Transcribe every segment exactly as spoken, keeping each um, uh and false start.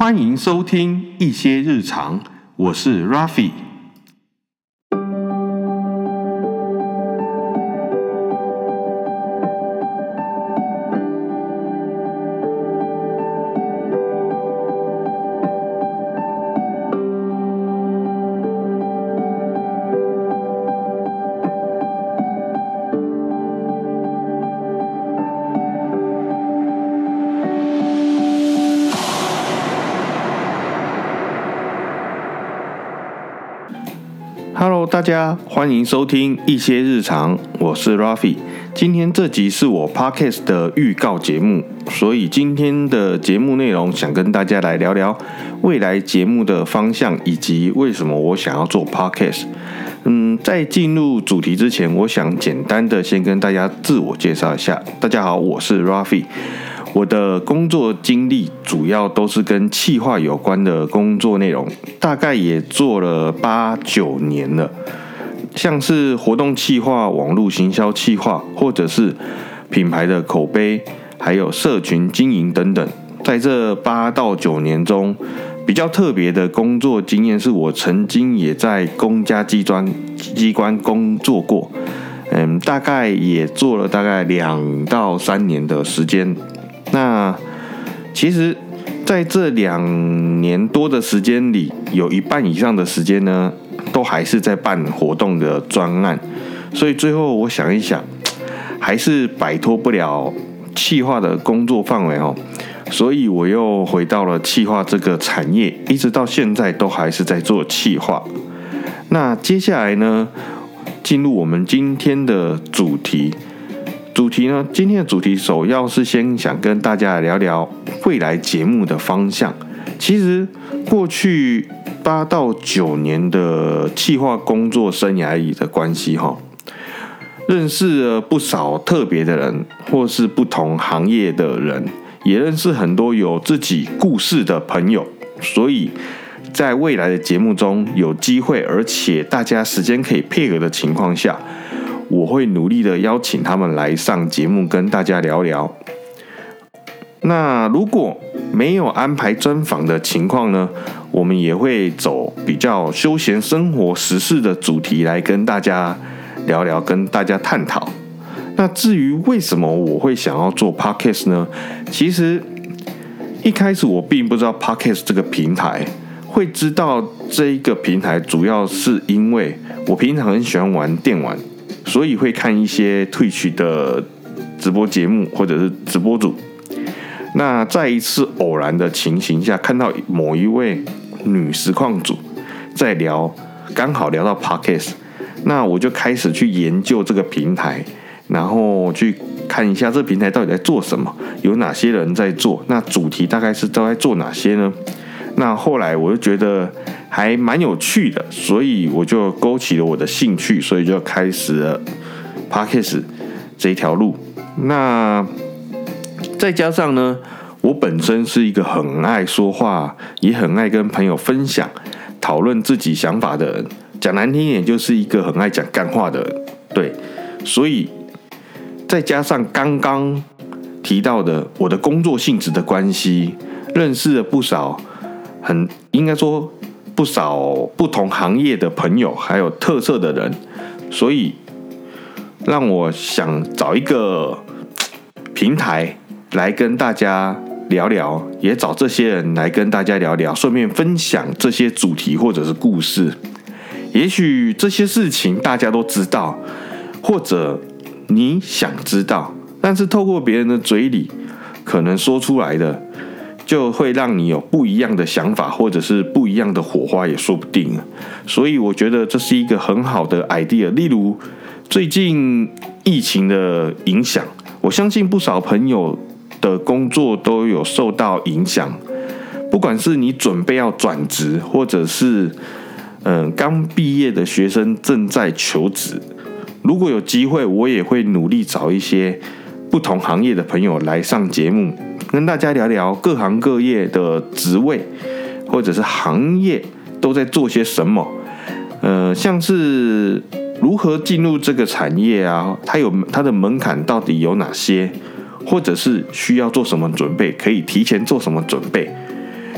欢迎收听一些日常，我是 Rafi。Hello， 大家欢迎收听一些日常，我是 Rafi。今天这集是我 Podcast 的预告节目，所以今天的节目内容想跟大家来聊聊未来节目的方向，以及为什么我想要做 Podcast。嗯，在进入主题之前，我想简单的先跟大家自我介绍一下。大家好，我是 Rafi。我的工作经历主要都是跟企划有关的工作内容，大概也做了八九年了，像是活动企划、网络行销企划，或者是品牌的口碑，还有社群经营等等。在这八到九年中，比较特别的工作经验是我曾经也在公家机关机关工作过，嗯，大概也做了大概两到三年的时间。那其实在这两年多的时间里，有一半以上的时间呢，都还是在办活动的专案，所以最后我想一想，还是摆脱不了企划的工作范围哦，所以我又回到了企划这个产业，一直到现在都还是在做企划。那接下来呢，进入我们今天的主题。主题呢，今天的主题首要是先想跟大家来聊聊未来节目的方向。其实过去八到九年的企划工作生涯里的关系哈，认识了不少特别的人，或是不同行业的人，也认识很多有自己故事的朋友，所以在未来的节目中有机会，而且大家时间可以配合的情况下，我会努力的邀请他们来上节目跟大家聊聊。那如果没有安排专访的情况呢，我们也会走比较休闲生活时事的主题来跟大家聊聊，跟大家探讨。那至于为什么我会想要做 Podcast 呢？其实一开始我并不知道 Podcast 这个平台，会知道这一个平台主要是因为我平常很喜欢玩电玩，所以会看一些 Twitch 的直播节目或者是直播主。那在一次偶然的情形下，看到某一位女实况主在聊，刚好聊到 Podcast， 那我就开始去研究这个平台，然后去看一下这个平台到底在做什么，有哪些人在做，那主题大概是都在做哪些呢？那后来我就觉得还蛮有趣的，所以我就勾起了我的兴趣，所以就开始了 Podcast 这一条路。那再加上呢，我本身是一个很爱说话，也很爱跟朋友分享、讨论自己想法的人。讲难听一点，就是一个很爱讲干话的人。对，所以再加上刚刚提到的我的工作性质的关系，认识了不少很应该说不少不同行业的朋友，还有特色的人，所以让我想找一个平台来跟大家聊聊，也找这些人来跟大家聊聊，顺便分享这些主题或者是故事。也许这些事情大家都知道，或者你想知道，但是透过别人的嘴里可能说出来的，就会让你有不一样的想法，或者是不一样的火花也说不定。所以我觉得这是一个很好的 idea。例如最近疫情的影响，我相信不少朋友的工作都有受到影响，不管是你准备要转职，或者是嗯刚毕业的学生正在求职，如果有机会，我也会努力找一些不同行业的朋友来上节目，跟大家聊聊各行各业的职位或者是行业都在做些什么，呃，像是如何进入这个产业啊，它有它的门槛到底有哪些，或者是需要做什么准备，可以提前做什么准备。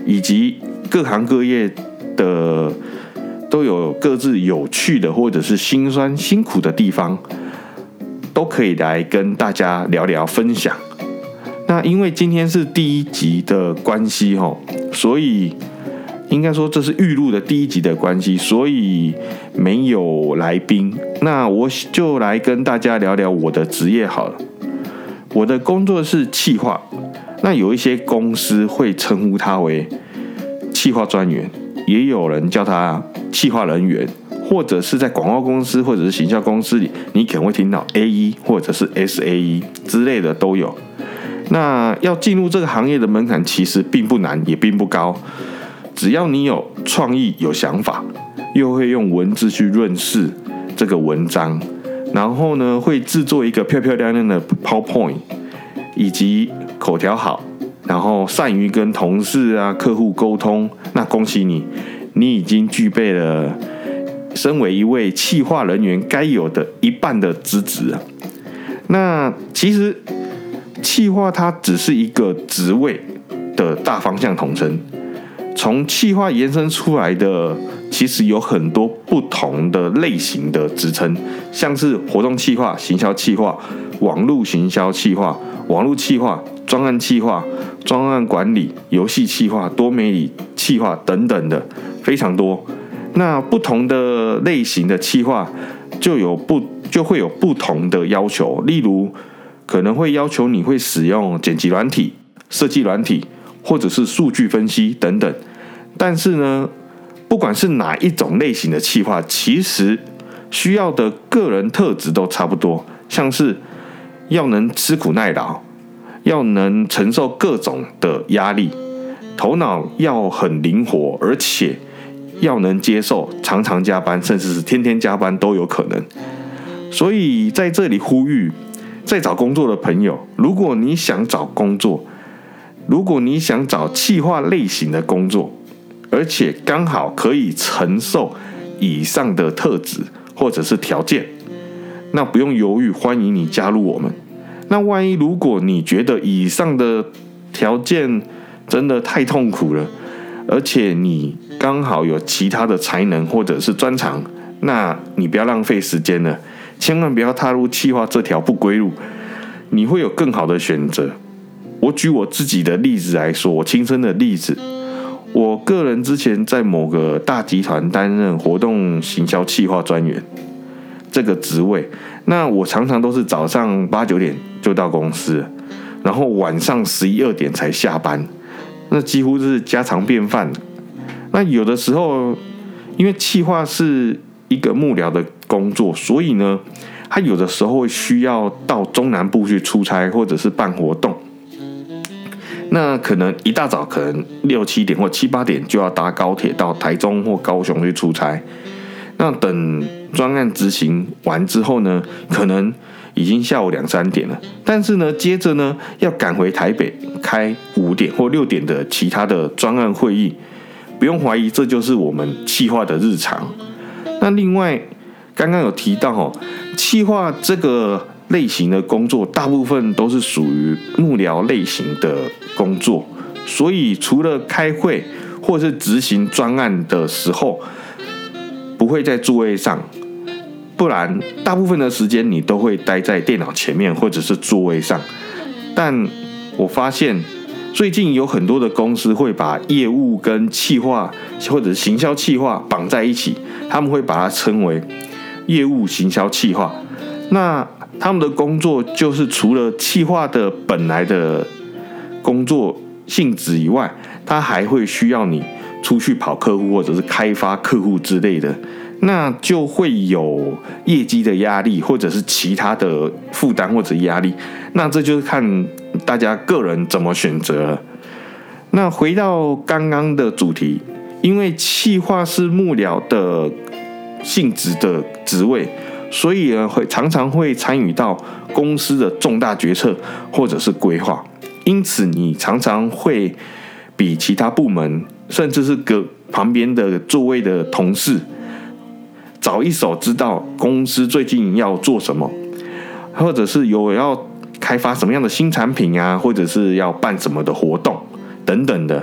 以及各行各业的都有各自有趣的或者是辛酸辛苦的地方，都可以来跟大家聊聊分享。那因为今天是第一集的关系，所以应该说这是预录的第一集的关系，所以没有来宾。那我就来跟大家聊聊我的职业好了。我的工作是企划，那有一些公司会称呼他为企划专员，也有人叫他企划人员，或者是在广告公司或者是行销公司里，你可能会听到 A E 或者是 S A E 之类的都有。那要进入这个行业的门槛其实并不难，也并不高，只要你有创意、有想法，又会用文字去润饰这个文章，然后呢会制作一个漂漂亮亮的 PowerPoint， 以及口条好，然后善于跟同事啊、客户沟通，那恭喜你，你已经具备了身为一位企划人员该有的一半的资质啊。那其实企划它只是一个职位的大方向统称，从企划延伸出来的其实有很多不同的类型的职称，像是活动企划、行销企划、网络行销企划、网络企划、专案企划、专案管理、游戏企划、多媒体企划等等的非常多。那不同的类型的企划就有不就会有不同的要求，例如可能会要求你会使用剪辑软体、设计软体，或者是数据分析等等。但是呢，不管是哪一种类型的企划，其实需要的个人特质都差不多，像是要能吃苦耐劳，要能承受各种的压力，头脑要很灵活，而且要能接受常常加班，甚至是天天加班都有可能。所以在这里呼吁在找工作的朋友，如果你想找工作，如果你想找企划类型的工作，而且刚好可以承受以上的特质或者是条件，那不用犹豫，欢迎你加入我们。那万一如果你觉得以上的条件真的太痛苦了，而且你刚好有其他的才能或者是专长，那你不要浪费时间了，千万不要踏入企划这条不归路，你会有更好的选择。我举我自己的例子来说，我亲身的例子，我个人之前在某个大集团担任活动行销企划专员这个职位，那我常常都是早上八九点就到公司，然后晚上十一二点才下班，那几乎是家常便饭。那有的时候因为企划是一个幕僚的工作，所以呢他有的时候会需要到中南部去出差或者是办活动，那可能一大早可能六七点或七八点就要搭高铁到台中或高雄去出差，那等专案执行完之后呢，可能已经下午两三点了，但是呢接着呢要赶回台北开五点或六点的其他的专案会议，不用怀疑这就是我们企划的日常。那另外刚刚有提到哦，企划这个类型的工作大部分都是属于幕僚类型的工作，所以除了开会或是执行专案的时候不会在座位上，不然大部分的时间你都会待在电脑前面或者是座位上。但我发现最近有很多的公司会把业务跟企划或者行销企划绑在一起，他们会把它称为业务行销企划。那他们的工作就是除了企划的本来的工作性质以外，他还会需要你出去跑客户或者是开发客户之类的，那就会有业绩的压力或者是其他的负担或者压力，那这就是看大家个人怎么选择了。那回到刚刚的主题，因为企划是幕僚的性质的职位，所以呢会常常会参与到公司的重大决策或者是规划，因此你常常会比其他部门甚至是隔旁边的座位的同事早一手知道公司最近要做什么，或者是有要开发什么样的新产品啊，或者是要办什么的活动等等的。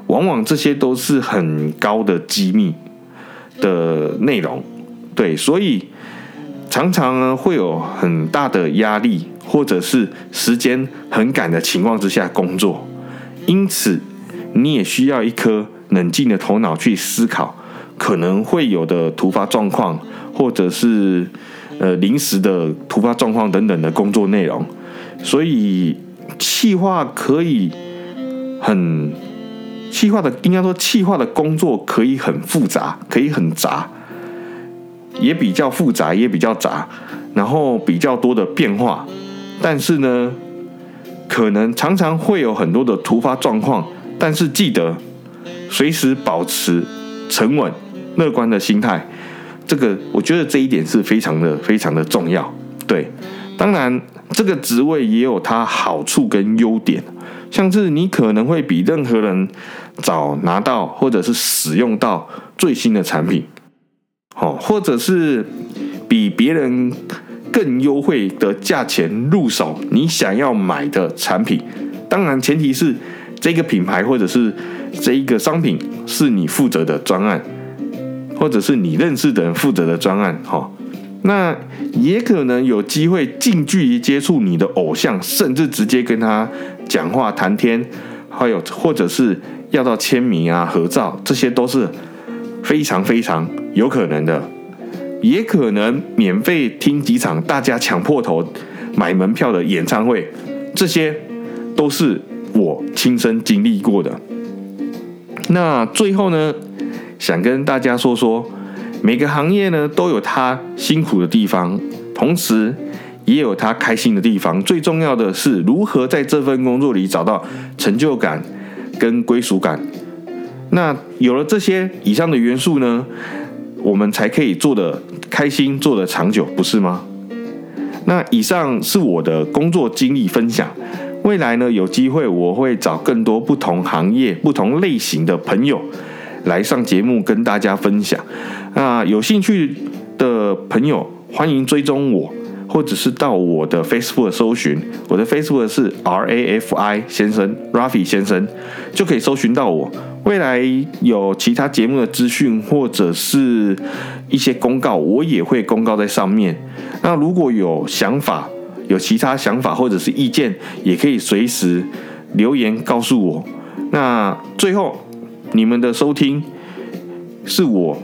往往这些都是很高的机密的内容，对，所以常常呢会有很大的压力，或者是时间很赶的情况之下工作，因此你也需要一颗冷静的头脑去思考可能会有的突发状况，或者是呃临时的突发状况等等的工作内容。所以企划可以很企划的，应该说企划的工作可以很复杂，可以很杂，也比较复杂，也比较杂，然后比较多的变化。但是呢，可能常常会有很多的突发状况，但是记得随时保持沉稳、乐观的心态。这个我觉得这一点是非常的、非常的重要。对，当然这个职位也有它好处跟优点。像是你可能会比任何人早拿到或者是使用到最新的产品，或者是比别人更优惠的价钱入手你想要买的产品。当然前提是这个品牌或者是这一个商品是你负责的专案，或者是你认识的人负责的专案。那也可能有机会近距离接触你的偶像，甚至直接跟他讲话谈天，还有或者是要到签名啊、合照，这些都是非常非常有可能的。也可能免费听几场大家抢破头买门票的演唱会，这些都是我亲身经历过的。那最后呢，想跟大家说说，每个行业呢都有它辛苦的地方，同时也有它开心的地方。最重要的是如何在这份工作里找到成就感跟归属感。那有了这些以上的元素呢，我们才可以做得开心，做得长久，不是吗？那以上是我的工作经历分享。未来呢，有机会我会找更多不同行业、不同类型的朋友来上节目跟大家分享。那有兴趣的朋友欢迎追踪我，或者是到我的 Facebook 搜寻，我的 Facebook 是 R A F I 先生 Rafi 先生，就可以搜寻到我。未来有其他节目的资讯或者是一些公告，我也会公告在上面。那如果有想法，有其他想法或者是意见，也可以随时留言告诉我。那最后，你们的收听是我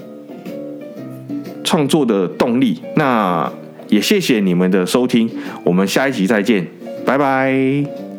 创作的动力，那也谢谢你们的收听，我们下一集再见，拜拜。